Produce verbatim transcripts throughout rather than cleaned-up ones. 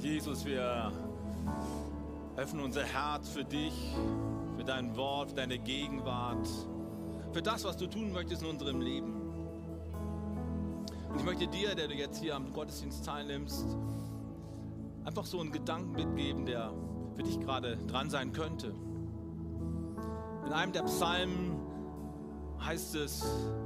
Jesus, wir öffnen unser Herz für dich, für dein Wort, für deine Gegenwart, für das, was du tun möchtest in unserem Leben. Und ich möchte dir, der du jetzt hier am Gottesdienst teilnimmst, einfach so einen Gedanken mitgeben, der für dich gerade dran sein könnte. In einem der Psalmen heißt es: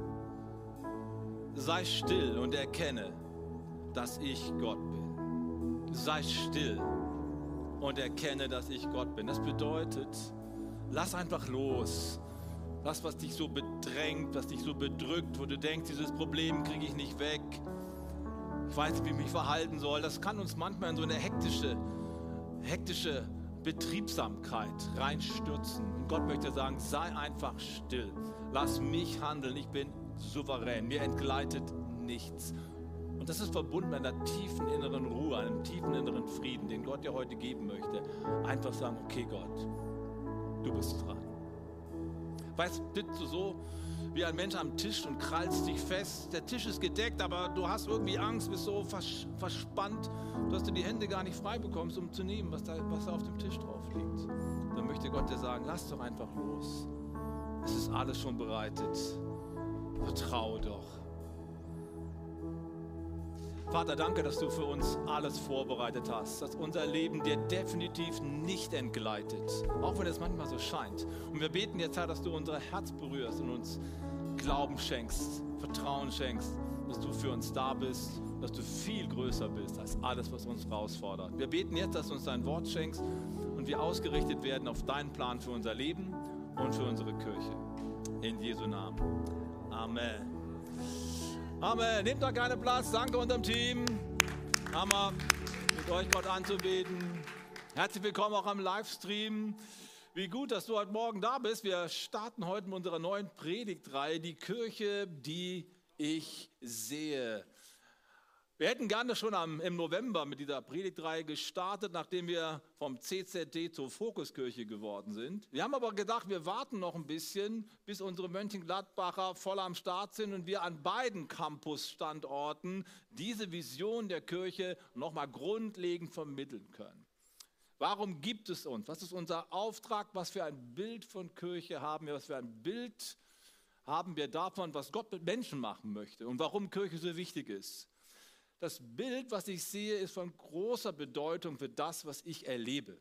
Sei still und erkenne, dass ich Gott bin. Sei still und erkenne, dass ich Gott bin. Das bedeutet, lass einfach los. Das, was dich so bedrängt, was dich so bedrückt, wo du denkst, dieses Problem kriege ich nicht weg. Ich weiß nicht, wie ich mich verhalten soll. Das kann uns manchmal in so eine hektische, hektische Betriebsamkeit reinstürzen. Und Gott möchte sagen, sei einfach still. Lass mich handeln. Ich bin souverän. Mir entgleitet nichts. Und das ist verbunden mit einer tiefen inneren Ruhe, einem tiefen inneren Frieden, den Gott dir heute geben möchte. Einfach sagen, okay Gott, du bist dran. Weißt du, bist du so wie ein Mensch am Tisch und krallst dich fest. Der Tisch ist gedeckt, aber du hast irgendwie Angst, bist so vers- verspannt, dass du die Hände gar nicht frei bekommst, um zu nehmen, was da, was da auf dem Tisch drauf liegt. Dann möchte Gott dir sagen, lass doch einfach los. Es ist alles schon bereitet. Vertraue doch. Vater, danke, dass du für uns alles vorbereitet hast, dass unser Leben dir definitiv nicht entgleitet, auch wenn es manchmal so scheint. Und wir beten jetzt, Herr, dass du unser Herz berührst und uns Glauben schenkst, Vertrauen schenkst, dass du für uns da bist, dass du viel größer bist als alles, was uns herausfordert. Wir beten jetzt, dass du uns dein Wort schenkst und wir ausgerichtet werden auf deinen Plan für unser Leben und für unsere Kirche. In Jesu Namen. Amen. Amen. Nehmt doch gerne Platz. Danke unserem Team. Hammer, mit euch Gott anzubeten. Herzlich willkommen auch am Livestream. Wie gut, dass du heute Morgen da bist. Wir starten heute mit unserer neuen Predigtreihe, die Kirche, die ich sehe. Wir hätten gerne schon am, im November mit dieser Predigtreihe gestartet, nachdem wir vom C Z D zur Fokuskirche geworden sind. Wir haben aber gedacht, wir warten noch ein bisschen, bis unsere Mönchengladbacher voll am Start sind und wir an beiden Campusstandorten diese Vision der Kirche nochmal grundlegend vermitteln können. Warum gibt es uns? Was ist unser Auftrag? Was für ein Bild von Kirche haben wir? Was für ein Bild haben wir davon, was Gott mit Menschen machen möchte und warum Kirche so wichtig ist? Das Bild, was ich sehe, ist von großer Bedeutung für das, was ich erlebe.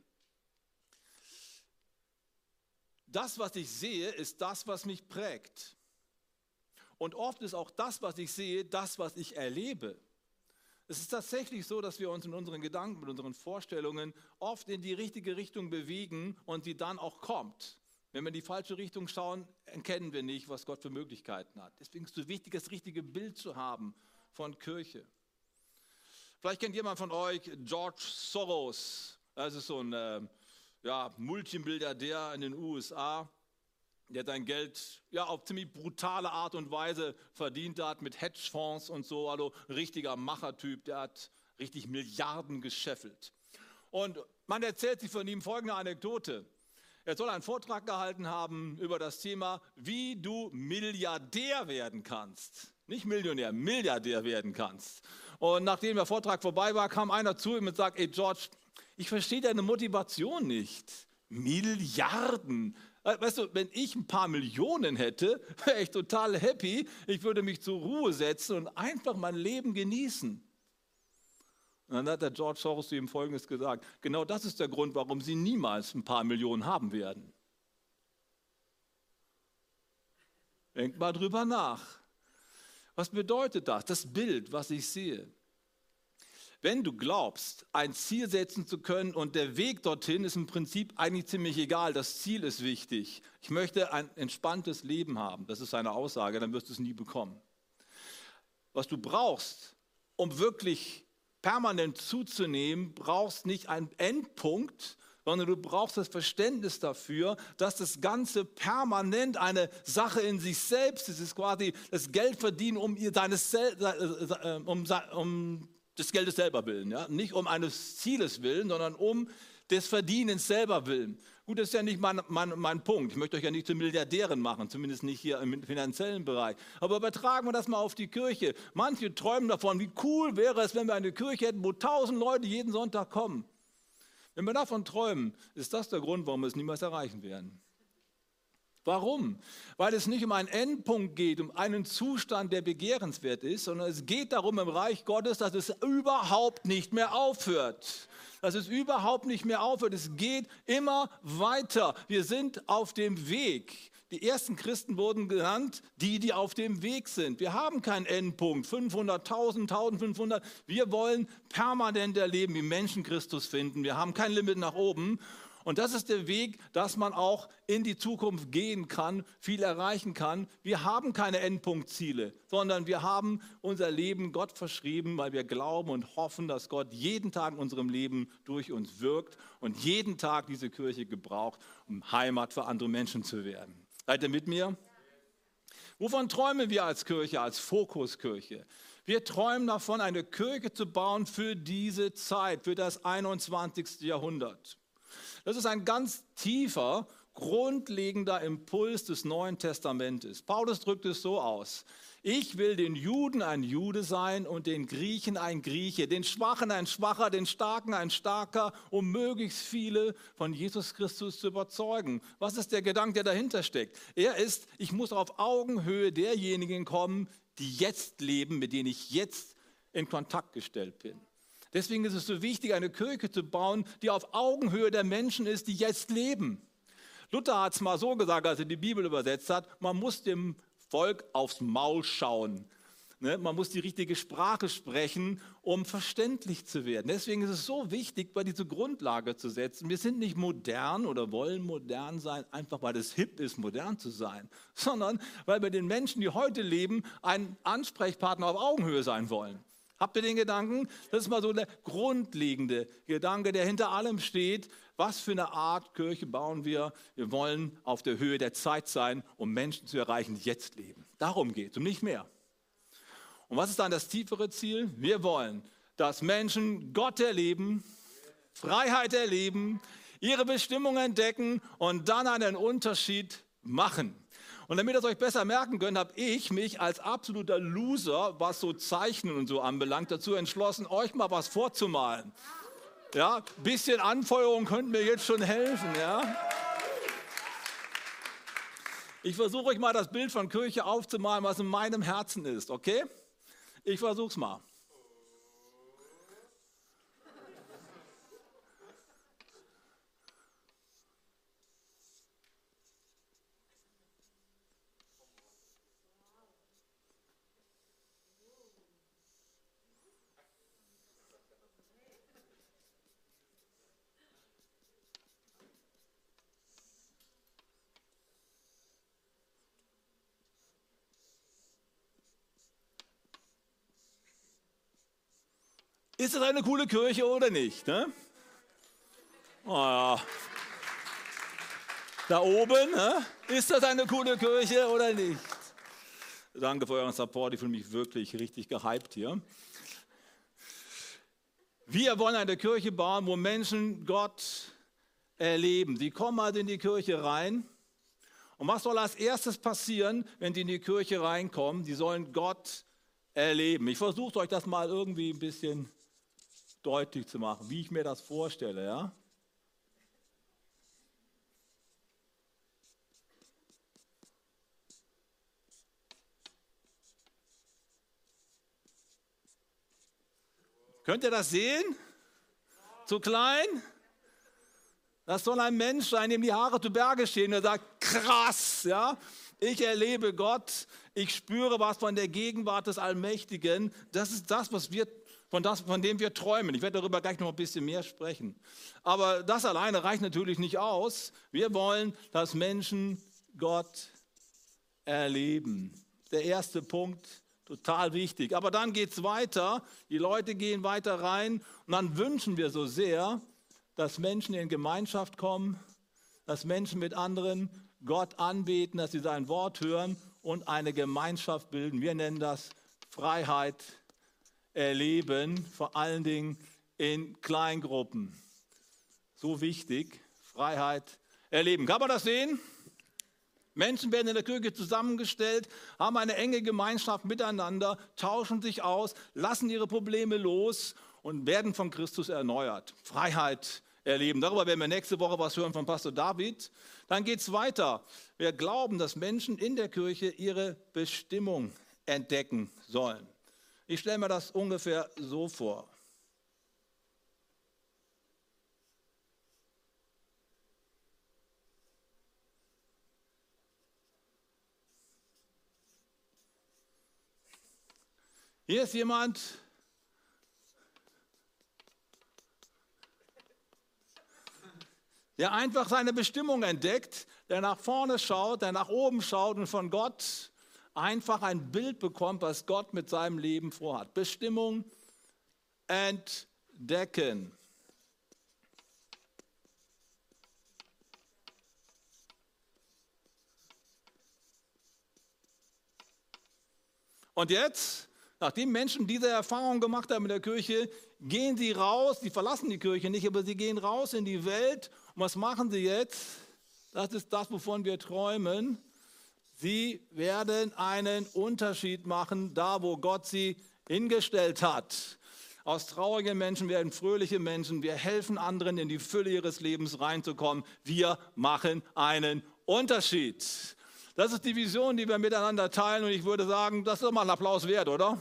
Das, was ich sehe, ist das, was mich prägt. Und oft ist auch das, was ich sehe, das, was ich erlebe. Es ist tatsächlich so, dass wir uns in unseren Gedanken, mit unseren Vorstellungen oft in die richtige Richtung bewegen und sie dann auch kommt. Wenn wir in die falsche Richtung schauen, erkennen wir nicht, was Gott für Möglichkeiten hat. Deswegen ist es so wichtig, das richtige Bild zu haben von Kirche. Vielleicht kennt jemand von euch George Soros. Das ist so ein äh, ja, Multimilliardär in den U S A, der sein Geld ja, auf ziemlich brutale Art und Weise verdient hat mit Hedgefonds und so. Also ein richtiger Machertyp, der hat richtig Milliarden gescheffelt. Und man erzählt sich von ihm folgende Anekdote. Er soll einen Vortrag gehalten haben über das Thema, wie du Milliardär werden kannst. Nicht Millionär, Milliardär werden kannst. Und nachdem der Vortrag vorbei war, kam einer zu ihm und sagt, ey George, ich verstehe deine Motivation nicht. Milliarden. Weißt du, wenn ich ein paar Millionen hätte, wäre ich total happy. Ich würde mich zur Ruhe setzen und einfach mein Leben genießen. Und dann hat der George Soros zu ihm Folgendes gesagt. Genau das ist der Grund, warum Sie niemals ein paar Millionen haben werden. Denkt mal drüber nach. Was bedeutet das? Das Bild, was ich sehe. Wenn du glaubst, ein Ziel setzen zu können und der Weg dorthin ist im Prinzip eigentlich ziemlich egal, das Ziel ist wichtig. Ich möchte ein entspanntes Leben haben, das ist seine Aussage, dann wirst du es nie bekommen. Was du brauchst, um wirklich permanent zuzunehmen, brauchst nicht einen Endpunkt, sondern du brauchst das Verständnis dafür, dass das Ganze permanent eine Sache in sich selbst ist. Es ist quasi das Geldverdienen um, deines, um, um des Geldes selber willen. Ja? Nicht um eines Zieles willen, sondern um des Verdienens selber willen. Gut, das ist ja nicht mein, mein, mein Punkt. Ich möchte euch ja nicht zu Milliardären machen, zumindest nicht hier im finanziellen Bereich. Aber übertragen wir das mal auf die Kirche. Manche träumen davon, wie cool wäre es, wenn wir eine Kirche hätten, wo tausend Leute jeden Sonntag kommen. Wenn wir davon träumen, ist das der Grund, warum wir es niemals erreichen werden. Warum? Weil es nicht um einen Endpunkt geht, um einen Zustand, der begehrenswert ist, sondern es geht darum im Reich Gottes, dass es überhaupt nicht mehr aufhört. Dass es überhaupt nicht mehr aufhört. Es geht immer weiter. Wir sind auf dem Weg. Die ersten Christen wurden genannt, die, die auf dem Weg sind. Wir haben keinen Endpunkt, fünfhunderttausend, eintausendfünfhundert. Wir wollen permanent erleben, wie Menschen Christus finden. Wir haben kein Limit nach oben. Und das ist der Weg, dass man auch in die Zukunft gehen kann, viel erreichen kann. Wir haben keine Endpunktziele, sondern wir haben unser Leben Gott verschrieben, weil wir glauben und hoffen, dass Gott jeden Tag in unserem Leben durch uns wirkt und jeden Tag diese Kirche gebraucht, um Heimat für andere Menschen zu werden. Seid ihr mit mir? Wovon träumen wir als Kirche, als Fokuskirche? Wir träumen davon, eine Kirche zu bauen für diese Zeit, für das einundzwanzigste Jahrhundert. Das ist ein ganz tiefer, grundlegender Impuls des Neuen Testamentes. Paulus drückt es so aus: Ich will den Juden ein Jude sein und den Griechen ein Grieche, den Schwachen ein Schwacher, den Starken ein Starker, um möglichst viele von Jesus Christus zu überzeugen. Was ist der Gedanke, der dahinter steckt? Er ist, ich muss auf Augenhöhe derjenigen kommen, die jetzt leben, mit denen ich jetzt in Kontakt gestellt bin. Deswegen ist es so wichtig, eine Kirche zu bauen, die auf Augenhöhe der Menschen ist, die jetzt leben. Luther hat es mal so gesagt, als er die Bibel übersetzt hat: Man muss dem Volk aufs Maul schauen. Ne? Man muss die richtige Sprache sprechen, um verständlich zu werden. Deswegen ist es so wichtig, bei diese Grundlage zu setzen. Wir sind nicht modern oder wollen modern sein, einfach weil es hip ist, modern zu sein, sondern weil wir den Menschen, die heute leben, ein Ansprechpartner auf Augenhöhe sein wollen. Habt ihr den Gedanken? Das ist mal so der grundlegende Gedanke, der hinter allem steht. Was für eine Art Kirche bauen wir? Wir wollen auf der Höhe der Zeit sein, um Menschen zu erreichen, die jetzt leben. Darum geht es, um nicht mehr. Und was ist dann das tiefere Ziel? Wir wollen, dass Menschen Gott erleben, Freiheit erleben, ihre Bestimmung entdecken und dann einen Unterschied machen. Und damit ihr es euch besser merken könnt, habe ich mich als absoluter Loser, was so Zeichnen und so anbelangt, dazu entschlossen, euch mal was vorzumalen. Ja, ein bisschen Anfeuerung könnte mir jetzt schon helfen. Ja. Ich versuche euch mal das Bild von Kirche aufzumalen, was in meinem Herzen ist, okay? Ich versuche es mal. Ist das eine coole Kirche oder nicht? Ne? Oh ja. Da oben, ne? Ist das eine coole Kirche oder nicht? Danke für euren Support, ich fühle mich wirklich richtig gehypt hier. Wir wollen eine Kirche bauen, wo Menschen Gott erleben. Sie kommen also in die Kirche rein. Und was soll als erstes passieren, wenn sie in die Kirche reinkommen? Die sollen Gott erleben. Ich versuche euch das mal irgendwie ein bisschen deutlich zu machen, wie ich mir das vorstelle. Ja? Könnt ihr das sehen? Zu klein? Das soll ein Mensch sein, dem die Haare zu Berge stehen, der sagt, krass, ja, ich erlebe Gott, ich spüre was von der Gegenwart des Allmächtigen. Das ist das, was wir, von, das, von dem wir träumen. Ich werde darüber gleich noch ein bisschen mehr sprechen. Aber das alleine reicht natürlich nicht aus. Wir wollen, dass Menschen Gott erleben. Der erste Punkt, total wichtig. Aber dann geht es weiter, die Leute gehen weiter rein und dann wünschen wir so sehr, dass Menschen in Gemeinschaft kommen, dass Menschen mit anderen Gott anbeten, dass sie sein Wort hören und eine Gemeinschaft bilden. Wir nennen das Freiheit erleben, vor allen Dingen in Kleingruppen. So wichtig, Freiheit erleben. Kann man das sehen? Menschen werden in der Kirche zusammengestellt, haben eine enge Gemeinschaft miteinander, tauschen sich aus, lassen ihre Probleme los und werden von Christus erneuert. Freiheit erleben. Darüber werden wir nächste Woche was hören von Pastor David. Dann geht es weiter. Wir glauben, dass Menschen in der Kirche ihre Bestimmung entdecken sollen. Ich stelle mir das ungefähr so vor. Hier ist jemand, der einfach seine Bestimmung entdeckt, der nach vorne schaut, der nach oben schaut und von Gott einfach ein Bild bekommt, was Gott mit seinem Leben vorhat. Bestimmung entdecken. Und jetzt, nachdem Menschen diese Erfahrung gemacht haben in der Kirche, gehen sie raus, sie verlassen die Kirche nicht, aber sie gehen raus in die Welt. Und was machen sie jetzt? Das ist das, wovon wir träumen. Sie werden einen Unterschied machen, da wo Gott sie hingestellt hat. Aus traurigen Menschen werden fröhliche Menschen. Wir helfen anderen, in die Fülle ihres Lebens reinzukommen. Wir machen einen Unterschied. Das ist die Vision, die wir miteinander teilen. Und ich würde sagen, das ist doch mal ein Applaus wert, oder?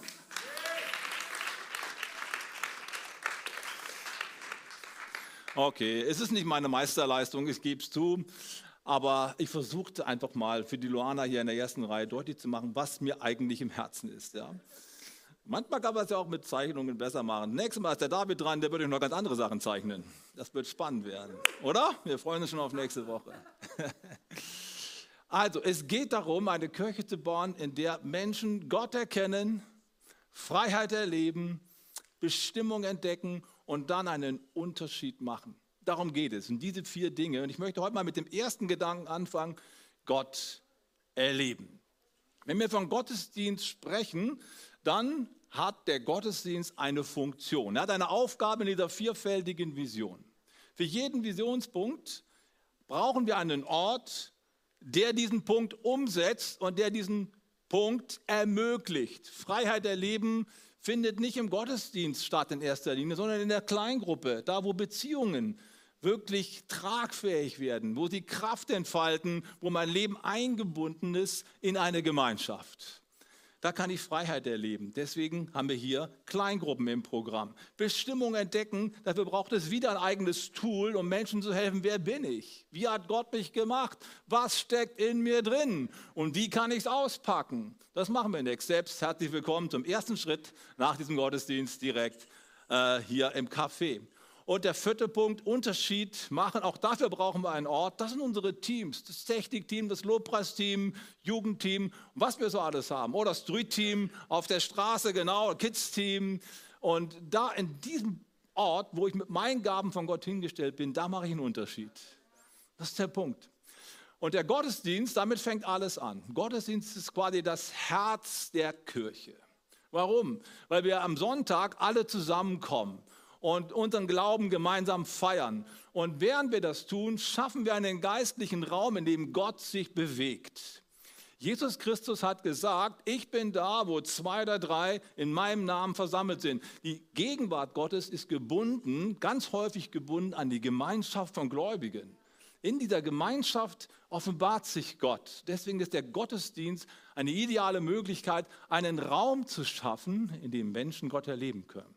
Okay, es ist nicht meine Meisterleistung, ich gebe es zu. Aber ich versuchte einfach mal für die Luana hier in der ersten Reihe deutlich zu machen, was mir eigentlich im Herzen ist. Ja. Manchmal kann man es ja auch mit Zeichnungen besser machen. Nächstes Mal ist der David dran, der wird euch noch ganz andere Sachen zeichnen. Das wird spannend werden, oder? Wir freuen uns schon auf nächste Woche. Also, es geht darum, eine Kirche zu bauen, in der Menschen Gott erkennen, Freiheit erleben, Bestimmung entdecken und dann einen Unterschied machen. Darum geht es, und diese vier Dinge. Und ich möchte heute mal mit dem ersten Gedanken anfangen, Gott erleben. Wenn wir von Gottesdienst sprechen, dann hat der Gottesdienst eine Funktion. Er hat eine Aufgabe in dieser vierfältigen Vision. Für jeden Visionspunkt brauchen wir einen Ort, der diesen Punkt umsetzt und der diesen Punkt ermöglicht. Freiheit erleben findet nicht im Gottesdienst statt in erster Linie, sondern in der Kleingruppe, da wo Beziehungen wirklich tragfähig werden, wo sie Kraft entfalten, wo mein Leben eingebunden ist in eine Gemeinschaft. Da kann ich Freiheit erleben. Deswegen haben wir hier Kleingruppen im Programm. Bestimmung entdecken, dafür braucht es wieder ein eigenes Tool, um Menschen zu helfen. Wer bin ich? Wie hat Gott mich gemacht? Was steckt in mir drin? Und wie kann ich es auspacken? Das machen wir in Next Steps. Herzlich willkommen zum ersten Schritt nach diesem Gottesdienst direkt äh, hier im Café. Und der vierte Punkt, Unterschied machen. Auch dafür brauchen wir einen Ort. Das sind unsere Teams, das Technikteam, das Lobpreisteam, Jugendteam und was wir so alles haben. Oder das Street-Team auf der Straße, genau, Kids-Team. Und da in diesem Ort, wo ich mit meinen Gaben von Gott hingestellt bin, da mache ich einen Unterschied. Das ist der Punkt. Und der Gottesdienst, damit fängt alles an. Gottesdienst ist quasi das Herz der Kirche. Warum? Weil wir am Sonntag alle zusammenkommen und unseren Glauben gemeinsam feiern. Und während wir das tun, schaffen wir einen geistlichen Raum, in dem Gott sich bewegt. Jesus Christus hat gesagt, ich bin da, wo zwei oder drei in meinem Namen versammelt sind. Die Gegenwart Gottes ist gebunden, ganz häufig gebunden an die Gemeinschaft von Gläubigen. In dieser Gemeinschaft offenbart sich Gott. Deswegen ist der Gottesdienst eine ideale Möglichkeit, einen Raum zu schaffen, in dem Menschen Gott erleben können.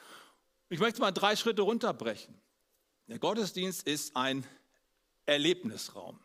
Ich möchte mal drei Schritte runterbrechen. Der Gottesdienst ist ein Erlebnisraum.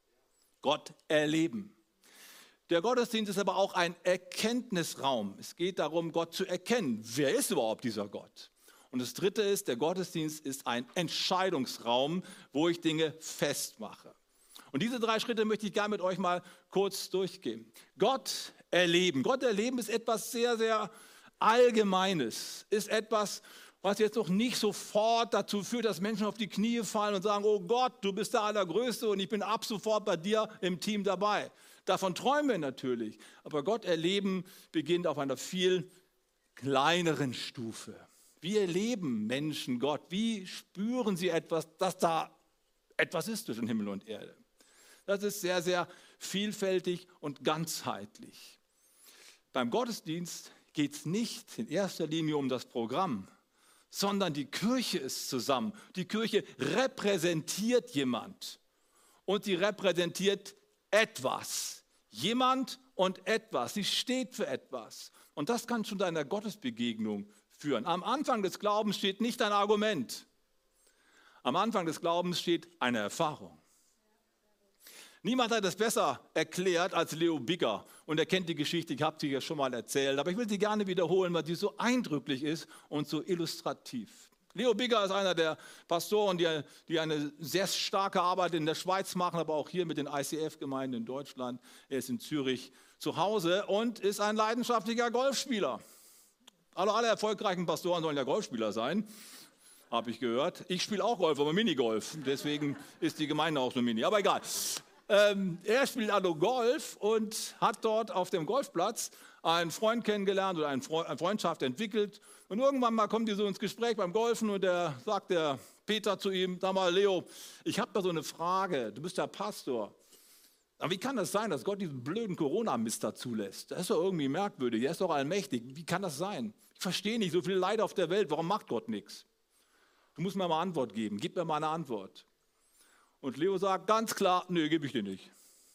Gott erleben. Der Gottesdienst ist aber auch ein Erkenntnisraum. Es geht darum, Gott zu erkennen. Wer ist überhaupt dieser Gott? Und das dritte ist, der Gottesdienst ist ein Entscheidungsraum, wo ich Dinge festmache. Und diese drei Schritte möchte ich gerne mit euch mal kurz durchgehen. Gott erleben. Gott erleben ist etwas sehr, sehr Allgemeines. Ist etwas, was jetzt noch nicht sofort dazu führt, dass Menschen auf die Knie fallen und sagen, oh Gott, du bist der Allergrößte und ich bin ab sofort bei dir im Team dabei. Davon träumen wir natürlich. Aber Gott erleben beginnt auf einer viel kleineren Stufe. Wie erleben Menschen Gott? Wie spüren sie etwas, dass da etwas ist zwischen Himmel und Erde? Das ist sehr, sehr vielfältig und ganzheitlich. Beim Gottesdienst geht es nicht in erster Linie um das Programm, sondern die Kirche ist zusammen. Die Kirche repräsentiert jemand und sie repräsentiert etwas. Jemand und etwas. Sie steht für etwas. Und das kann schon zu einer Gottesbegegnung führen. Am Anfang des Glaubens steht nicht ein Argument. Am Anfang des Glaubens steht eine Erfahrung. Niemand hat es besser erklärt als Leo Bigger. Und er kennt die Geschichte, ich habe sie ja schon mal erzählt. Aber ich will sie gerne wiederholen, weil sie so eindrücklich ist und so illustrativ. Leo Bigger ist einer der Pastoren, die, die eine sehr starke Arbeit in der Schweiz machen, aber auch hier mit den I C F-Gemeinden in Deutschland. Er ist in Zürich zu Hause und ist ein leidenschaftlicher Golfspieler. Also alle erfolgreichen Pastoren sollen ja Golfspieler sein, habe ich gehört. Ich spiele auch Golf, aber Minigolf. Deswegen ist die Gemeinde auch so mini. Aber egal. Ähm, er spielt also Golf und hat dort auf dem Golfplatz einen Freund kennengelernt oder eine Freundschaft entwickelt. Und irgendwann mal kommen die so ins Gespräch beim Golfen und der sagt der Peter zu ihm, sag mal Leo, ich habe da so eine Frage, du bist ja Pastor. Aber wie kann das sein, dass Gott diesen blöden Corona-Mist da zulässt? Das ist doch irgendwie merkwürdig, er ist doch allmächtig. Wie kann das sein? Ich verstehe nicht, so viel Leid auf der Welt, warum macht Gott nichts? Du musst mir mal eine Antwort geben, gib mir mal eine Antwort. Und Leo sagt ganz klar, nee, gebe ich dir nicht.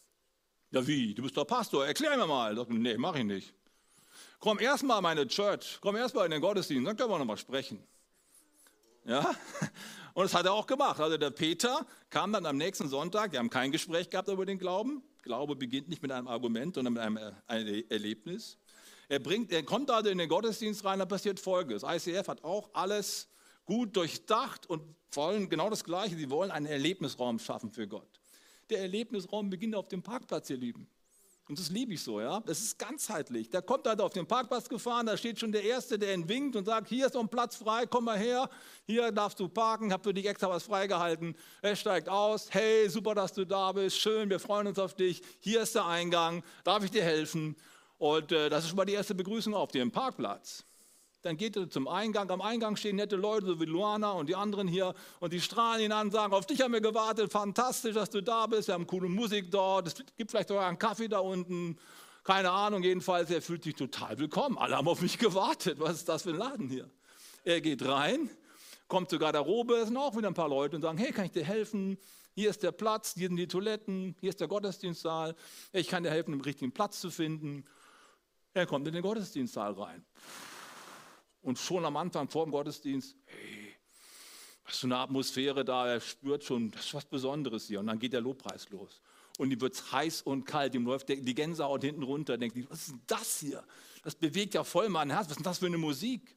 Ja wie, du bist doch Pastor, erklär mir mal. Sagt, nee, mach ich nicht. Komm erst mal in meine Church, komm erst mal in den Gottesdienst, dann können wir noch mal sprechen. Ja, und das hat er auch gemacht. Also der Peter kam dann am nächsten Sonntag, wir haben kein Gespräch gehabt über den Glauben. Glaube beginnt nicht mit einem Argument, sondern mit einem, einem Erlebnis. Er, bringt, er kommt also in den Gottesdienst rein, da passiert Folgendes. I C F hat auch alles gut durchdacht und wollen genau das Gleiche. Sie wollen einen Erlebnisraum schaffen für Gott. Der Erlebnisraum beginnt auf dem Parkplatz, ihr Lieben. Und das liebe ich so, ja. Das ist ganzheitlich. Da kommt halt auf den Parkplatz gefahren, da steht schon der Erste, der ihn winkt und sagt, hier ist noch ein Platz frei, komm mal her, hier darfst du parken, hab für dich extra was freigehalten. Er steigt aus, hey, super, dass du da bist, schön, wir freuen uns auf dich, hier ist der Eingang, darf ich dir helfen? Und äh, das ist schon mal die erste Begrüßung auf dem Parkplatz. Dann geht er zum Eingang. Am Eingang stehen nette Leute, so wie Luana und die anderen hier. Und die strahlen ihn an, sagen, auf dich haben wir gewartet, fantastisch, dass du da bist. Wir haben coole Musik dort, es gibt vielleicht sogar einen Kaffee da unten. Keine Ahnung, jedenfalls, er fühlt sich total willkommen. Alle haben auf mich gewartet. Was ist das für ein Laden hier? Er geht rein, kommt zur Garderobe, es sind auch wieder ein paar Leute und sagen, hey, kann ich dir helfen? Hier ist der Platz, hier sind die Toiletten, hier ist der Gottesdienstsaal. Ich kann dir helfen, den richtigen Platz zu finden. Er kommt in den Gottesdienstsaal rein. Und schon am Anfang vor dem Gottesdienst, hey, was für eine Atmosphäre da, er spürt schon, das ist was Besonderes hier. Und dann geht der Lobpreis los. Und ihm wird es heiß und kalt, ihm läuft die Gänsehaut hinten runter, denkt, was ist denn das hier? Das bewegt ja voll mein Herz, was ist denn das für eine Musik?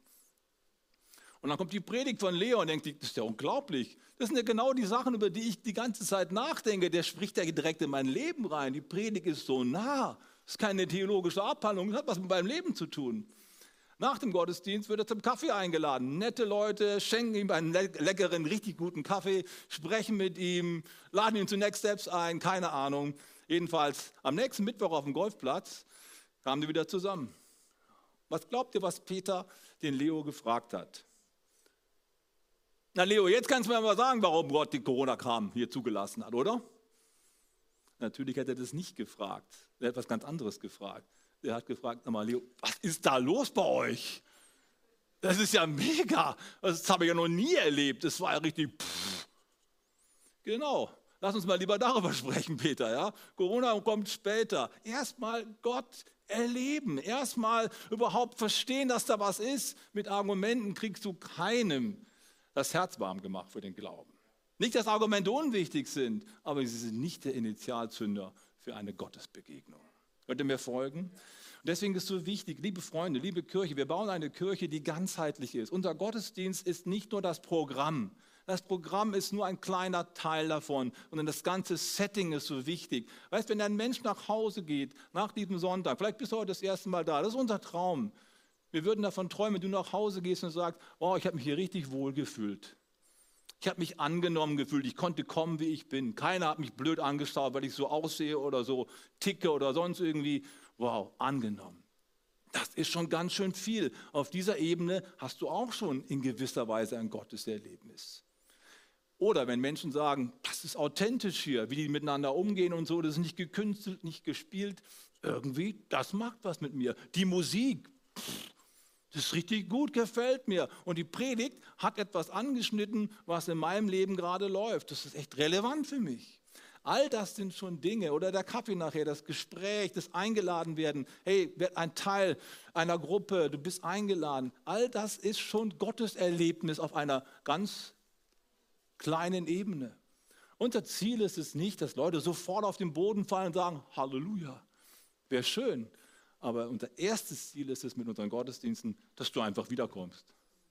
Und dann kommt die Predigt von Leo und denkt, das ist ja unglaublich. Das sind ja genau die Sachen, über die ich die ganze Zeit nachdenke. Der spricht ja direkt in mein Leben rein. Die Predigt ist so nah. Das ist keine theologische Abhandlung, das hat was mit meinem Leben zu tun. Nach dem Gottesdienst wird er zum Kaffee eingeladen. Nette Leute schenken ihm einen leckeren, richtig guten Kaffee, sprechen mit ihm, laden ihn zu Next Steps ein, keine Ahnung. Jedenfalls am nächsten Mittwoch auf dem Golfplatz kamen die wieder zusammen. Was glaubt ihr, was Peter den Leo gefragt hat? Na Leo, jetzt kannst du mir mal sagen, warum Gott den Corona-Kram hier zugelassen hat, oder? Natürlich hat er das nicht gefragt. Er hat etwas ganz anderes gefragt. Er hat gefragt, sag mal, Leo, was ist da los bei euch? Das ist ja mega. Das habe ich ja noch nie erlebt. Das war ja richtig. Pff. Genau. Lass uns mal lieber darüber sprechen, Peter. Ja? Corona kommt später. Erstmal Gott erleben. Erstmal überhaupt verstehen, dass da was ist. Mit Argumenten kriegst du keinem das Herz warm gemacht für den Glauben. Nicht, dass Argumente unwichtig sind, aber sie sind nicht der Initialzünder für eine Gottesbegegnung. Könnt ihr mir folgen? Und deswegen ist es so wichtig, liebe Freunde, liebe Kirche, wir bauen eine Kirche, die ganzheitlich ist. Unser Gottesdienst ist nicht nur das Programm. Das Programm ist nur ein kleiner Teil davon, sondern das ganze Setting ist so wichtig. Weißt du, wenn ein Mensch nach Hause geht, nach diesem Sonntag, vielleicht bist du heute das erste Mal da, das ist unser Traum. Wir würden davon träumen, wenn du nach Hause gehst und sagst, oh, ich habe mich hier richtig wohl gefühlt. Ich habe mich angenommen gefühlt, ich konnte kommen, wie ich bin. Keiner hat mich blöd angeschaut, weil ich so aussehe oder so ticke oder sonst irgendwie. Wow, angenommen. Das ist schon ganz schön viel. Auf dieser Ebene hast du auch schon in gewisser Weise ein Gotteserlebnis. Oder wenn Menschen sagen, das ist authentisch hier, wie die miteinander umgehen und so, das ist nicht gekünstelt, nicht gespielt. Irgendwie, das macht was mit mir. Die Musik, pff, das ist richtig gut, gefällt mir. Und die Predigt hat etwas angeschnitten, was in meinem Leben gerade läuft. Das ist echt relevant für mich. All das sind schon Dinge. Oder der Kaffee nachher, das Gespräch, das Eingeladenwerden. Hey, werd ein Teil einer Gruppe, du bist eingeladen. All das ist schon Gotteserlebnis auf einer ganz kleinen Ebene. Unser Ziel ist es nicht, dass Leute sofort auf den Boden fallen und sagen, Halleluja, wäre schön. Aber unser erstes Ziel ist es mit unseren Gottesdiensten, dass du einfach wiederkommst.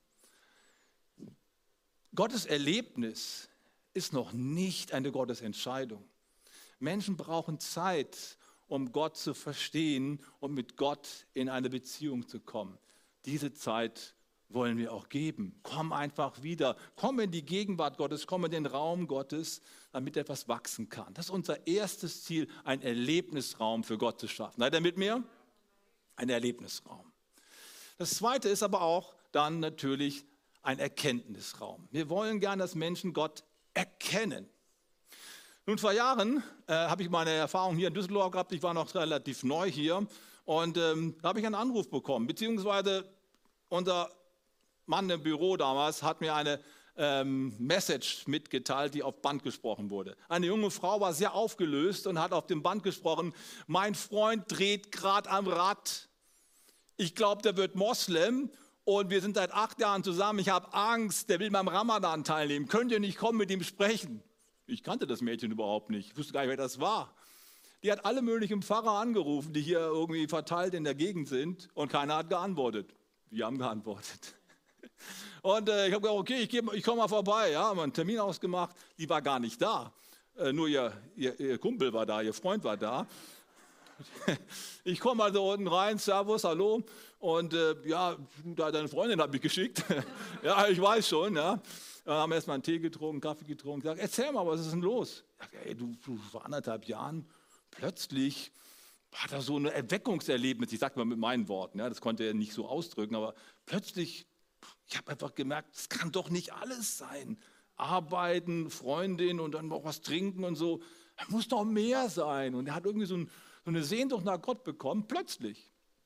Gottes Erlebnis ist noch nicht eine Gottesentscheidung. Menschen brauchen Zeit, um Gott zu verstehen und mit Gott in eine Beziehung zu kommen. Diese Zeit wollen wir auch geben. Komm einfach wieder. Komm in die Gegenwart Gottes, komm in den Raum Gottes, damit etwas wachsen kann. Das ist unser erstes Ziel, einen Erlebnisraum für Gott zu schaffen. Seid ihr mit mir? Ein Erlebnisraum. Das zweite ist aber auch dann natürlich ein Erkenntnisraum. Wir wollen gern, dass Menschen Gott erkennen. Nun, vor Jahren äh, habe ich meine Erfahrung hier in Düsseldorf gehabt. Ich war noch relativ neu hier und ähm, da habe ich einen Anruf bekommen, beziehungsweise unser Mann im Büro damals hat mir eine ähm, Message mitgeteilt, die auf Band gesprochen wurde. Eine junge Frau war sehr aufgelöst und hat auf dem Band gesprochen, mein Freund dreht gerade am Rad. Ich glaube, der wird Moslem und wir sind seit acht Jahren zusammen. Ich habe Angst, der will beim Ramadan teilnehmen. Könnt ihr nicht kommen, mit ihm sprechen? Ich kannte das Mädchen überhaupt nicht. Ich wusste gar nicht, wer das war. Die hat alle möglichen Pfarrer angerufen, die hier irgendwie verteilt in der Gegend sind und keiner hat geantwortet. Wir haben geantwortet. Und äh, ich habe gesagt, okay, ich, ich komme mal vorbei. Ja, haben einen Termin ausgemacht. Die war gar nicht da. Äh, nur ihr, ihr, ihr Kumpel war da, ihr Freund war da. Ich komme also unten rein, Servus, hallo. Und äh, ja, deine Freundin hat mich geschickt. Ja, ich weiß schon. Ja. Dann haben wir erstmal einen Tee getrunken, Kaffee getrunken. Ich sage, erzähl mal, was ist denn los? Ich sage, ey, du, du vor anderthalb Jahren, plötzlich war da so ein Erweckungserlebnis. Ich sage mal mit meinen Worten, ja, das konnte er nicht so ausdrücken, aber plötzlich, ich habe einfach gemerkt, das kann doch nicht alles sein. Arbeiten, Freundin und dann noch was trinken und so. Da muss doch mehr sein. Und er hat irgendwie so, ein, so eine Sehnsucht nach Gott bekommen, plötzlich.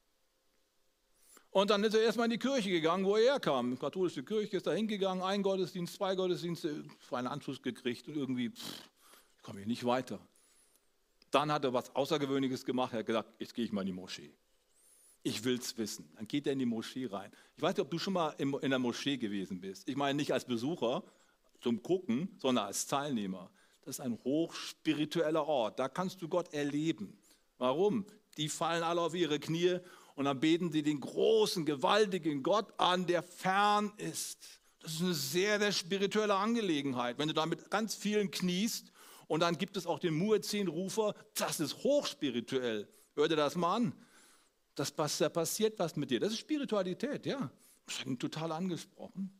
Und dann ist er erstmal in die Kirche gegangen, wo er herkam. Die katholische Kirche ist da hingegangen, ein Gottesdienst, zwei Gottesdienste, einen Anschluss gekriegt und irgendwie, pff, ich komme hier nicht weiter. Dann hat er was Außergewöhnliches gemacht, er hat gesagt, jetzt gehe ich mal in die Moschee. Ich will es wissen. Dann geht er in die Moschee rein. Ich weiß nicht, ob du schon mal in der Moschee gewesen bist. Ich meine nicht als Besucher zum Gucken, sondern als Teilnehmer. Das ist ein hochspiritueller Ort. Da kannst du Gott erleben. Warum? Die fallen alle auf ihre Knie und dann beten sie den großen, gewaltigen Gott an, der fern ist. Das ist eine sehr, sehr spirituelle Angelegenheit. Wenn du da mit ganz vielen kniest und dann gibt es auch den Muezzin-Rufer, das ist hochspirituell. Hör dir das mal an. Das, was, da passiert was mit dir. Das ist Spiritualität, ja. Das hat ihn total angesprochen.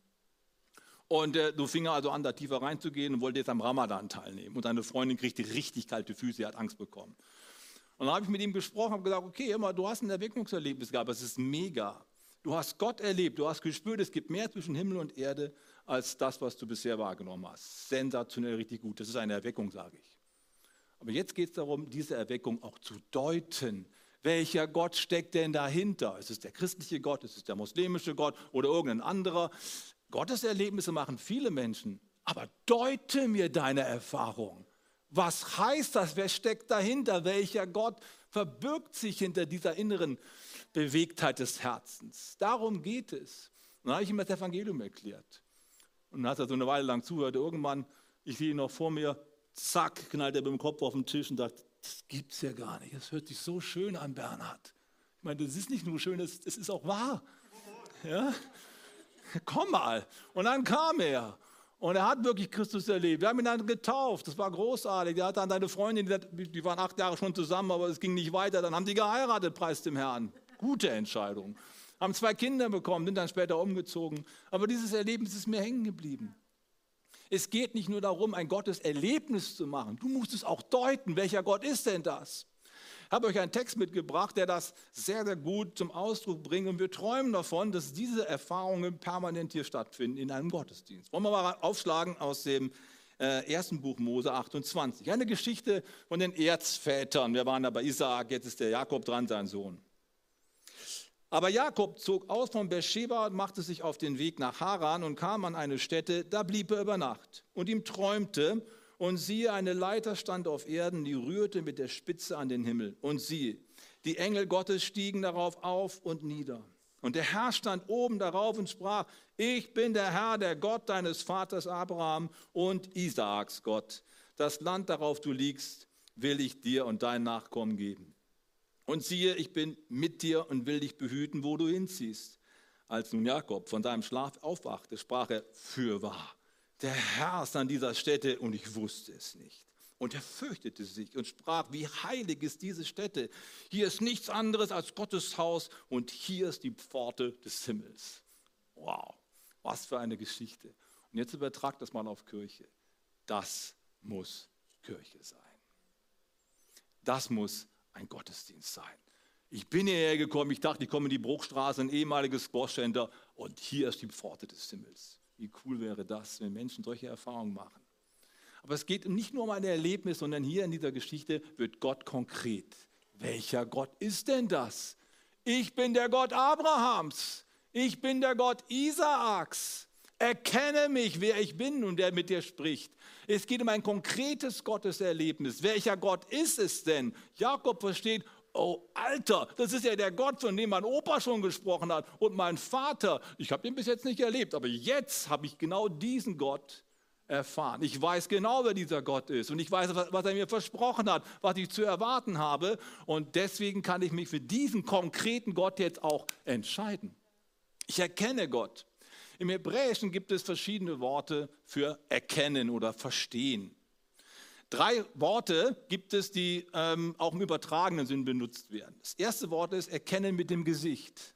Und äh, du fing also an, da tiefer reinzugehen und wollte jetzt am Ramadan teilnehmen. Und deine Freundin kriegte richtig kalte Füße, sie hat Angst bekommen. Und dann habe ich mit ihm gesprochen, habe gesagt, okay, immer, du hast ein Erweckungserlebnis gehabt, das ist mega. Du hast Gott erlebt, du hast gespürt, es gibt mehr zwischen Himmel und Erde, als das, was du bisher wahrgenommen hast. Sensationell, richtig gut, das ist eine Erweckung, sage ich. Aber jetzt geht es darum, diese Erweckung auch zu deuten. Welcher Gott steckt denn dahinter? Ist es der christliche Gott, ist es der muslimische Gott oder irgendein anderer? Gotteserlebnisse machen viele Menschen, aber deute mir deine Erfahrung. Was heißt das? Wer steckt dahinter? Welcher Gott verbirgt sich hinter dieser inneren Bewegtheit des Herzens? Darum geht es. Und dann habe ich ihm das Evangelium erklärt. Und dann hat er so eine Weile lang zugehört. Irgendwann, ich sehe ihn noch vor mir, zack, knallt er mit dem Kopf auf den Tisch und sagt, das gibt's ja gar nicht. Das hört sich so schön an, Bernhard. Ich meine, das ist nicht nur schön, das, das ist auch wahr. Ja? Komm mal. Und dann kam er. Und er hat wirklich Christus erlebt. Wir haben ihn dann getauft. Das war großartig. Er hat dann seine Freundin, die waren acht Jahre schon zusammen, aber es ging nicht weiter. Dann haben die geheiratet, preis dem Herrn. Gute Entscheidung. Haben zwei Kinder bekommen, sind dann später umgezogen. Aber dieses Erlebnis ist mir hängen geblieben. Es geht nicht nur darum, ein Gotteserlebnis zu machen. Du musst es auch deuten. Welcher Gott ist denn das? Ich habe euch einen Text mitgebracht, der das sehr, sehr gut zum Ausdruck bringt. Und wir träumen davon, dass diese Erfahrungen permanent hier stattfinden in einem Gottesdienst. Wollen wir mal aufschlagen aus dem äh, ersten Buch Mose achtundzwanzig. Eine Geschichte von den Erzvätern. Wir waren da bei Isaak, jetzt ist der Jakob dran, sein Sohn. Aber Jakob zog aus von Beersheba und machte sich auf den Weg nach Haran und kam an eine Stätte, da blieb er über Nacht. Und ihm träumte, und siehe, eine Leiter stand auf Erden, die rührte mit der Spitze an den Himmel. Und siehe, die Engel Gottes stiegen darauf auf und nieder. Und der Herr stand oben darauf und sprach, ich bin der Herr, der Gott deines Vaters Abraham und Isaaks Gott. Das Land, darauf du liegst, will ich dir und deinen Nachkommen geben. Und siehe, ich bin mit dir und will dich behüten, wo du hinziehst. Als nun Jakob von seinem Schlaf aufwachte, sprach er, fürwahr, der Herr ist an dieser Stätte und ich wusste es nicht. Und er fürchtete sich und sprach, wie heilig ist diese Stätte. Hier ist nichts anderes als Gottes Haus und hier ist die Pforte des Himmels. Wow, was für eine Geschichte. Und jetzt übertragt das mal auf Kirche. Das muss Kirche sein. Das muss ein Gottesdienst sein. Ich bin hierher gekommen, ich dachte, ich komme in die Bruchstraße, ein ehemaliges Squash-Center und hier ist die Pforte des Himmels. Wie cool wäre das, wenn Menschen solche Erfahrungen machen. Aber es geht nicht nur um ein Erlebnis, sondern hier in dieser Geschichte wird Gott konkret. Welcher Gott ist denn das? Ich bin der Gott Abrahams. Ich bin der Gott Isaaks. Erkenne mich, wer ich bin und der mit dir spricht. Es geht um ein konkretes Gotteserlebnis. Welcher Gott ist es denn? Jakob versteht, oh Alter, das ist ja der Gott, von dem mein Opa schon gesprochen hat und mein Vater. Ich habe den bis jetzt nicht erlebt, aber jetzt habe ich genau diesen Gott erfahren. Ich weiß genau, wer dieser Gott ist und ich weiß, was er mir versprochen hat, was ich zu erwarten habe und deswegen kann ich mich für diesen konkreten Gott jetzt auch entscheiden. Ich erkenne Gott. Im Hebräischen gibt es verschiedene Worte für erkennen oder verstehen. Drei Worte gibt es, die ähm, auch im übertragenen Sinn benutzt werden. Das erste Wort ist erkennen mit dem Gesicht.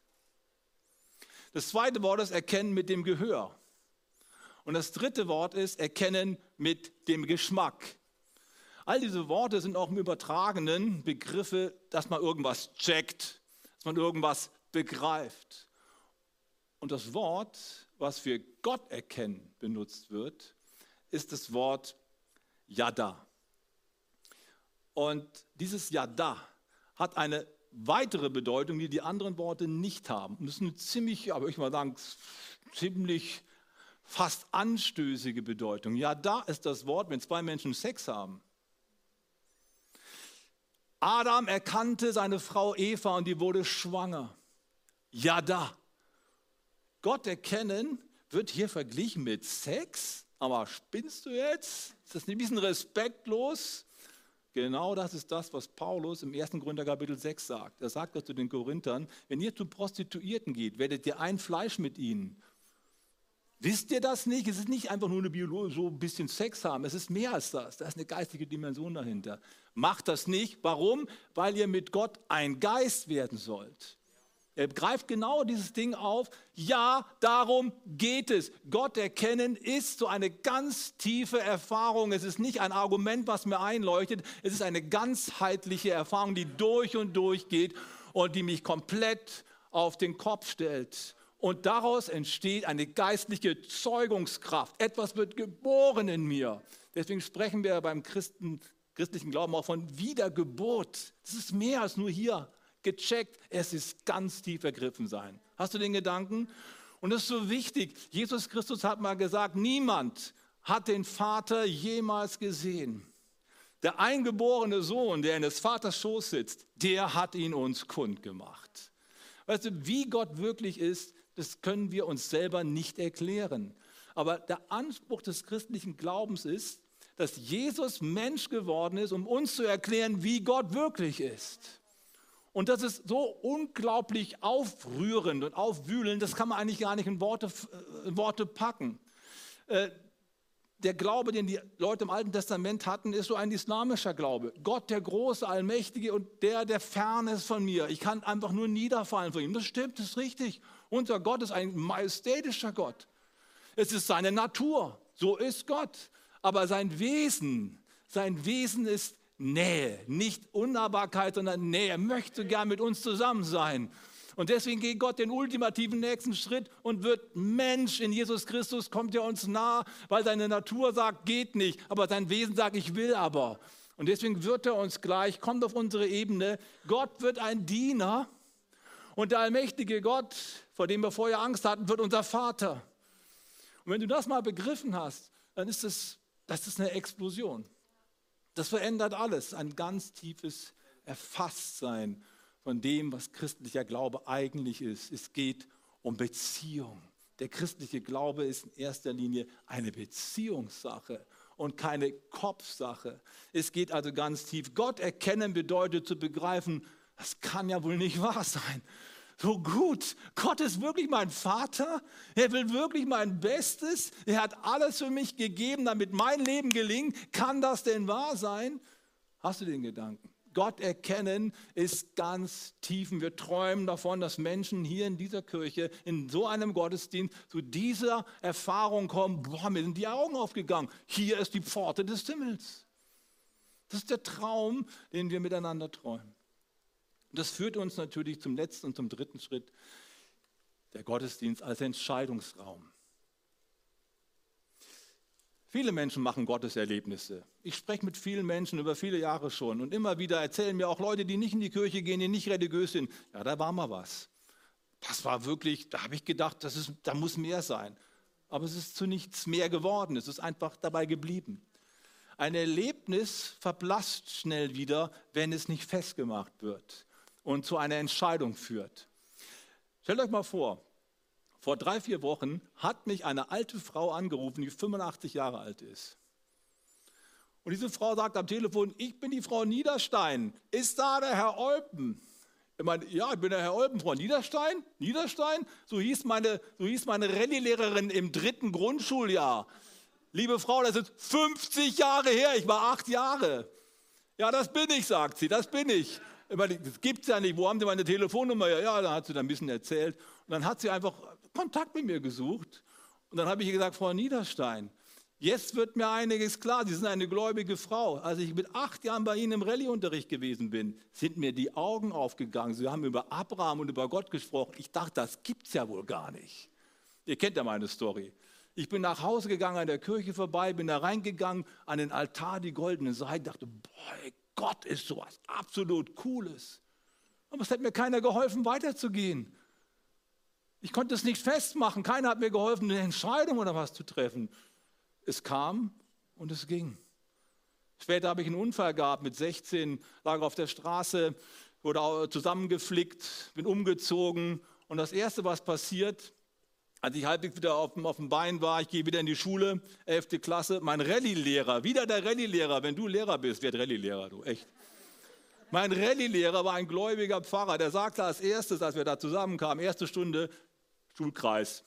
Das zweite Wort ist erkennen mit dem Gehör. Und das dritte Wort ist erkennen mit dem Geschmack. All diese Worte sind auch im übertragenen Begriffe, dass man irgendwas checkt, dass man irgendwas begreift. Und das Wort, was für Gott erkennen benutzt wird, ist das Wort Yada. Und dieses Yada hat eine weitere Bedeutung, die die anderen Worte nicht haben. Und das ist eine ziemlich, aber ich mal sagen, ziemlich fast anstößige Bedeutung. Yada ist das Wort, wenn zwei Menschen Sex haben. Adam erkannte seine Frau Eva und die wurde schwanger. Yada. Gott erkennen wird hier verglichen mit Sex. Aber spinnst du jetzt? Ist das nicht ein bisschen respektlos? Genau das ist das, was Paulus im ersten Korinther Kapitel sechs sagt. Er sagt das zu den Korinthern, wenn ihr zu Prostituierten geht, werdet ihr ein Fleisch mit ihnen. Wisst ihr das nicht? Es ist nicht einfach nur eine Biologie, so ein bisschen Sex haben. Es ist mehr als das. Da ist eine geistige Dimension dahinter. Macht das nicht. Warum? Weil ihr mit Gott ein Geist werden sollt. Er greift genau dieses Ding auf. Ja, darum geht es. Gott erkennen ist so eine ganz tiefe Erfahrung. Es ist nicht ein Argument, was mir einleuchtet. Es ist eine ganzheitliche Erfahrung, die durch und durch geht und die mich komplett auf den Kopf stellt. Und daraus entsteht eine geistliche Zeugungskraft. Etwas wird geboren in mir. Deswegen sprechen wir beim Christen, christlichen Glauben auch von Wiedergeburt. Das ist mehr als nur hier gecheckt. Es ist ganz tief ergriffen sein. Hast du den Gedanken? Und das ist so wichtig. Jesus Christus hat mal gesagt, niemand hat den Vater jemals gesehen. Der eingeborene Sohn, der in des Vaters Schoß sitzt, der hat ihn uns kundgemacht. Weißt du, wie Gott wirklich ist, das können wir uns selber nicht erklären. Aber der Anspruch des christlichen Glaubens ist, dass Jesus Mensch geworden ist, um uns zu erklären, wie Gott wirklich ist. Und das ist so unglaublich aufrührend und aufwühlend, das kann man eigentlich gar nicht in Worte, in Worte packen. Äh, der Glaube, den die Leute im Alten Testament hatten, ist so ein islamischer Glaube. Gott, der große, allmächtige und der, der fern ist von mir. Ich kann einfach nur niederfallen vor ihm. Das stimmt, das ist richtig. Unser Gott ist ein majestätischer Gott. Es ist seine Natur. So ist Gott. Aber sein Wesen, sein Wesen ist Nähe. Nicht Unnahbarkeit, sondern Nähe. Er möchte gern mit uns zusammen sein. Und deswegen geht Gott den ultimativen nächsten Schritt und wird Mensch. In Jesus Christus kommt er uns nah, weil seine Natur sagt, geht nicht. Aber sein Wesen sagt, ich will aber. Und deswegen wird er uns gleich, kommt auf unsere Ebene. Gott wird ein Diener. Und der allmächtige Gott, vor dem wir vorher Angst hatten, wird unser Vater. Und wenn du das mal begriffen hast, dann ist es, das ist eine Explosion. Das verändert alles, ein ganz tiefes Erfasstsein von dem, was christlicher Glaube eigentlich ist. Es geht um Beziehung. Der christliche Glaube ist in erster Linie eine Beziehungssache und keine Kopfsache. Es geht also ganz tief. Gott erkennen bedeutet zu begreifen, das kann ja wohl nicht wahr sein. So gut, Gott ist wirklich mein Vater, er will wirklich mein Bestes, er hat alles für mich gegeben, damit mein Leben gelingt. Kann das denn wahr sein? Hast du den Gedanken? Gott erkennen ist ganz tief. Wir träumen davon, dass Menschen hier in dieser Kirche, in so einem Gottesdienst, zu dieser Erfahrung kommen, boah, mir sind die Augen aufgegangen. Hier ist die Pforte des Himmels. Das ist der Traum, den wir miteinander träumen. Und das führt uns natürlich zum letzten und zum dritten Schritt, der Gottesdienst als Entscheidungsraum. Viele Menschen machen Gotteserlebnisse. Ich spreche mit vielen Menschen über viele Jahre schon und immer wieder erzählen mir auch Leute, die nicht in die Kirche gehen, die nicht religiös sind. Ja, da war mal was. Das war wirklich, da habe ich gedacht, das ist, da muss mehr sein. Aber es ist zu nichts mehr geworden, es ist einfach dabei geblieben. Ein Erlebnis verblasst schnell wieder, wenn es nicht festgemacht wird und zu einer Entscheidung führt. Stellt euch mal vor, vor drei, vier Wochen hat mich eine alte Frau angerufen, die fünfundachtzig Jahre alt ist. Und diese Frau sagt am Telefon, ich bin die Frau Niederstein. Ist da der Herr Olpen? Ich meine, ja, ich bin der Herr Olpen, Frau Niederstein. Niederstein? So hieß meine, so hieß meine Rallye-Lehrerin im dritten Grundschuljahr. Liebe Frau, das ist fünfzig Jahre her, ich war acht Jahre. Ja, das bin ich, sagt sie, das bin ich. Ich meine, das gibt es ja nicht, wo haben Sie meine Telefonnummer? Ja, ja, dann hat sie dann ein bisschen erzählt. Und dann hat sie einfach Kontakt mit mir gesucht. Und dann habe ich ihr gesagt, Frau Niederstein, jetzt wird mir einiges klar, Sie sind eine gläubige Frau. Als ich mit acht Jahren bei Ihnen im Rallye-Unterricht gewesen bin, sind mir die Augen aufgegangen. Sie haben über Abraham und über Gott gesprochen. Ich dachte, das gibt es ja wohl gar nicht. Ihr kennt ja meine Story. Ich bin nach Hause gegangen, an der Kirche vorbei, bin da reingegangen, an den Altar, die goldenen Seiten, dachte, boah, Gott ist sowas absolut Cooles. Aber es hat mir keiner geholfen, weiterzugehen. Ich konnte es nicht festmachen, keiner hat mir geholfen, eine Entscheidung oder was zu treffen. Es kam und es ging. Später habe ich einen Unfall gehabt mit sechzehn, lag auf der Straße, wurde zusammengeflickt, bin umgezogen. Und das Erste, was passiert, als ich halbwegs wieder auf dem, auf dem Bein war, ich gehe wieder in die Schule, elfte Klasse, mein Rallye-Lehrer, wieder der Rallye-Lehrer, wenn du Lehrer bist, werd Rallye-Lehrer, du, echt. Mein Rallye-Lehrer war ein gläubiger Pfarrer, der sagte als erstes, als wir da zusammenkamen, erste Stunde, Schulkreis,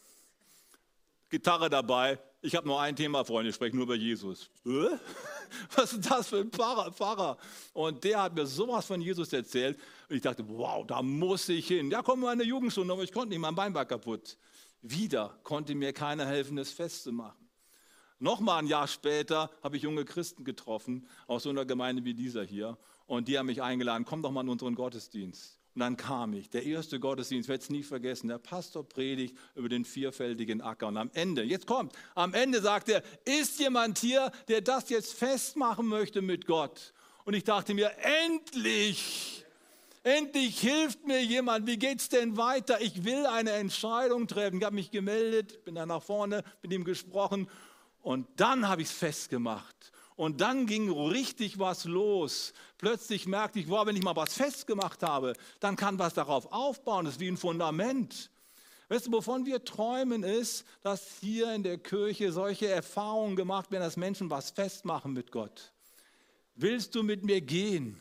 Gitarre dabei, ich habe nur ein Thema, Freunde, ich spreche nur über Jesus. Äh? Was ist das für ein Pfarrer, Pfarrer? Und der hat mir sowas von Jesus erzählt und ich dachte, wow, da muss ich hin. Ja, komm mal in eine Jugendstunde, aber ich konnte nicht, mein Bein war kaputt. Wieder konnte mir keiner helfen, das festzumachen. Nochmal ein Jahr später habe ich junge Christen getroffen, aus so einer Gemeinde wie dieser hier. Und die haben mich eingeladen, komm doch mal in unseren Gottesdienst. Und dann kam ich, der erste Gottesdienst, ich werde es nie vergessen, der Pastor predigt über den vierfältigen Acker. Und am Ende, jetzt kommt, am Ende sagt er, ist jemand hier, der das jetzt festmachen möchte mit Gott? Und ich dachte mir, endlich! Endlich hilft mir jemand, wie geht es denn weiter? Ich will eine Entscheidung treffen. Ich habe mich gemeldet, bin dann nach vorne, mit ihm gesprochen und dann habe ich es festgemacht. Und dann ging richtig was los. Plötzlich merkte ich, wow, wenn ich mal was festgemacht habe, dann kann was darauf aufbauen. Das ist wie ein Fundament. Weißt du, wovon wir träumen ist, dass hier in der Kirche solche Erfahrungen gemacht werden, dass Menschen was festmachen mit Gott. Willst du mit mir gehen?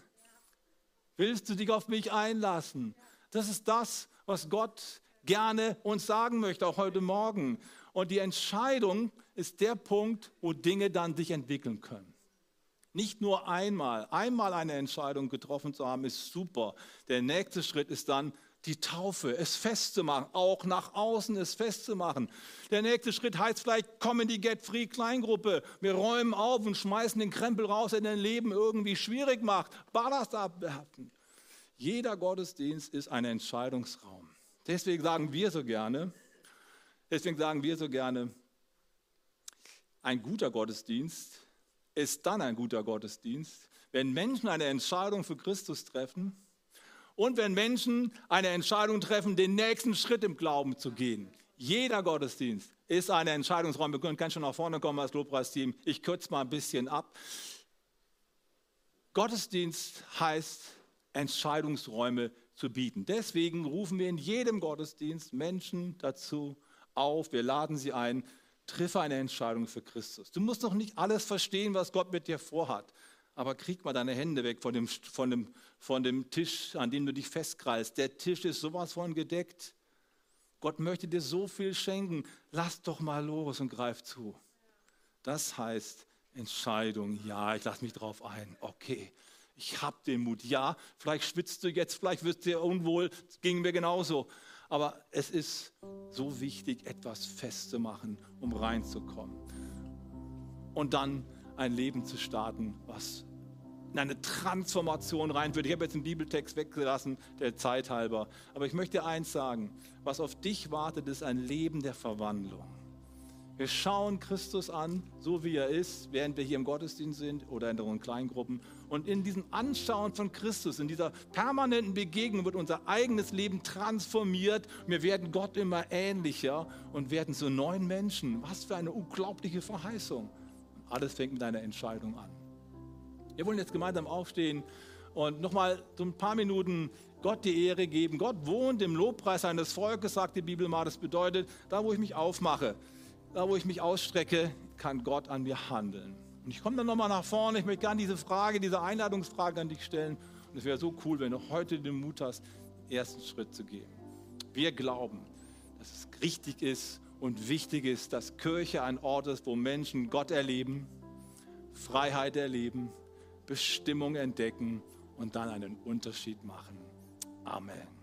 Willst du dich auf mich einlassen? Das ist das, was Gott gerne uns sagen möchte, auch heute Morgen. Und die Entscheidung ist der Punkt, wo Dinge dann sich entwickeln können. Nicht nur einmal, einmal eine Entscheidung getroffen zu haben, ist super. Der nächste Schritt ist dann, die Taufe, es festzumachen, auch nach außen es festzumachen. Der nächste Schritt heißt vielleicht, komm in die Get-Free-Kleingruppe. Wir räumen auf und schmeißen den Krempel raus, der dein Leben irgendwie schwierig macht. Ballast abwerfen. Jeder Gottesdienst ist ein Entscheidungsraum. Deswegen sagen wir so gerne, deswegen sagen wir so gerne, ein guter Gottesdienst ist dann ein guter Gottesdienst, wenn Menschen eine Entscheidung für Christus treffen und wenn Menschen eine Entscheidung treffen, den nächsten Schritt im Glauben zu gehen. Jeder Gottesdienst ist ein Entscheidungsraum. Wir können ganz schön nach vorne kommen als Lobpreisteam. Ich kürze mal ein bisschen ab. Gottesdienst heißt, Entscheidungsräume zu bieten. Deswegen rufen wir in jedem Gottesdienst Menschen dazu auf. Wir laden sie ein, triff eine Entscheidung für Christus. Du musst doch nicht alles verstehen, was Gott mit dir vorhat. Aber krieg mal deine Hände weg von dem, von dem, von dem Tisch, an dem du dich festkreist. Der Tisch ist sowas von gedeckt. Gott möchte dir so viel schenken. Lass doch mal los und greif zu. Das heißt Entscheidung. Ja, ich lasse mich drauf ein. Okay, ich habe den Mut. Ja, vielleicht schwitzt du jetzt, vielleicht wirst du dir unwohl. Das ging mir genauso. Aber es ist so wichtig, etwas festzumachen, um reinzukommen. Und dann ein Leben zu starten, was in eine Transformation reinführt. Ich habe jetzt den Bibeltext weggelassen, der Zeit halber. Aber ich möchte dir eins sagen, was auf dich wartet, ist ein Leben der Verwandlung. Wir schauen Christus an, so wie er ist, während wir hier im Gottesdienst sind oder in unseren Kleingruppen. Und in diesem Anschauen von Christus, in dieser permanenten Begegnung wird unser eigenes Leben transformiert. Wir werden Gott immer ähnlicher und werden zu neuen Menschen. Was für eine unglaubliche Verheißung. Alles fängt mit einer Entscheidung an. Wir wollen jetzt gemeinsam aufstehen und nochmal so ein paar Minuten Gott die Ehre geben. Gott wohnt im Lobpreis seines Volkes, sagt die Bibel mal. Das bedeutet, da wo ich mich aufmache, da wo ich mich ausstrecke, kann Gott an mir handeln. Und ich komme dann nochmal nach vorne. Ich möchte gerne diese Frage, diese Einladungsfrage an dich stellen. Und es wäre so cool, wenn du heute den Mut hast, den ersten Schritt zu gehen. Wir glauben, dass es richtig ist und wichtig ist, dass Kirche ein Ort ist, wo Menschen Gott erleben, Freiheit erleben, Bestimmung entdecken und dann einen Unterschied machen. Amen.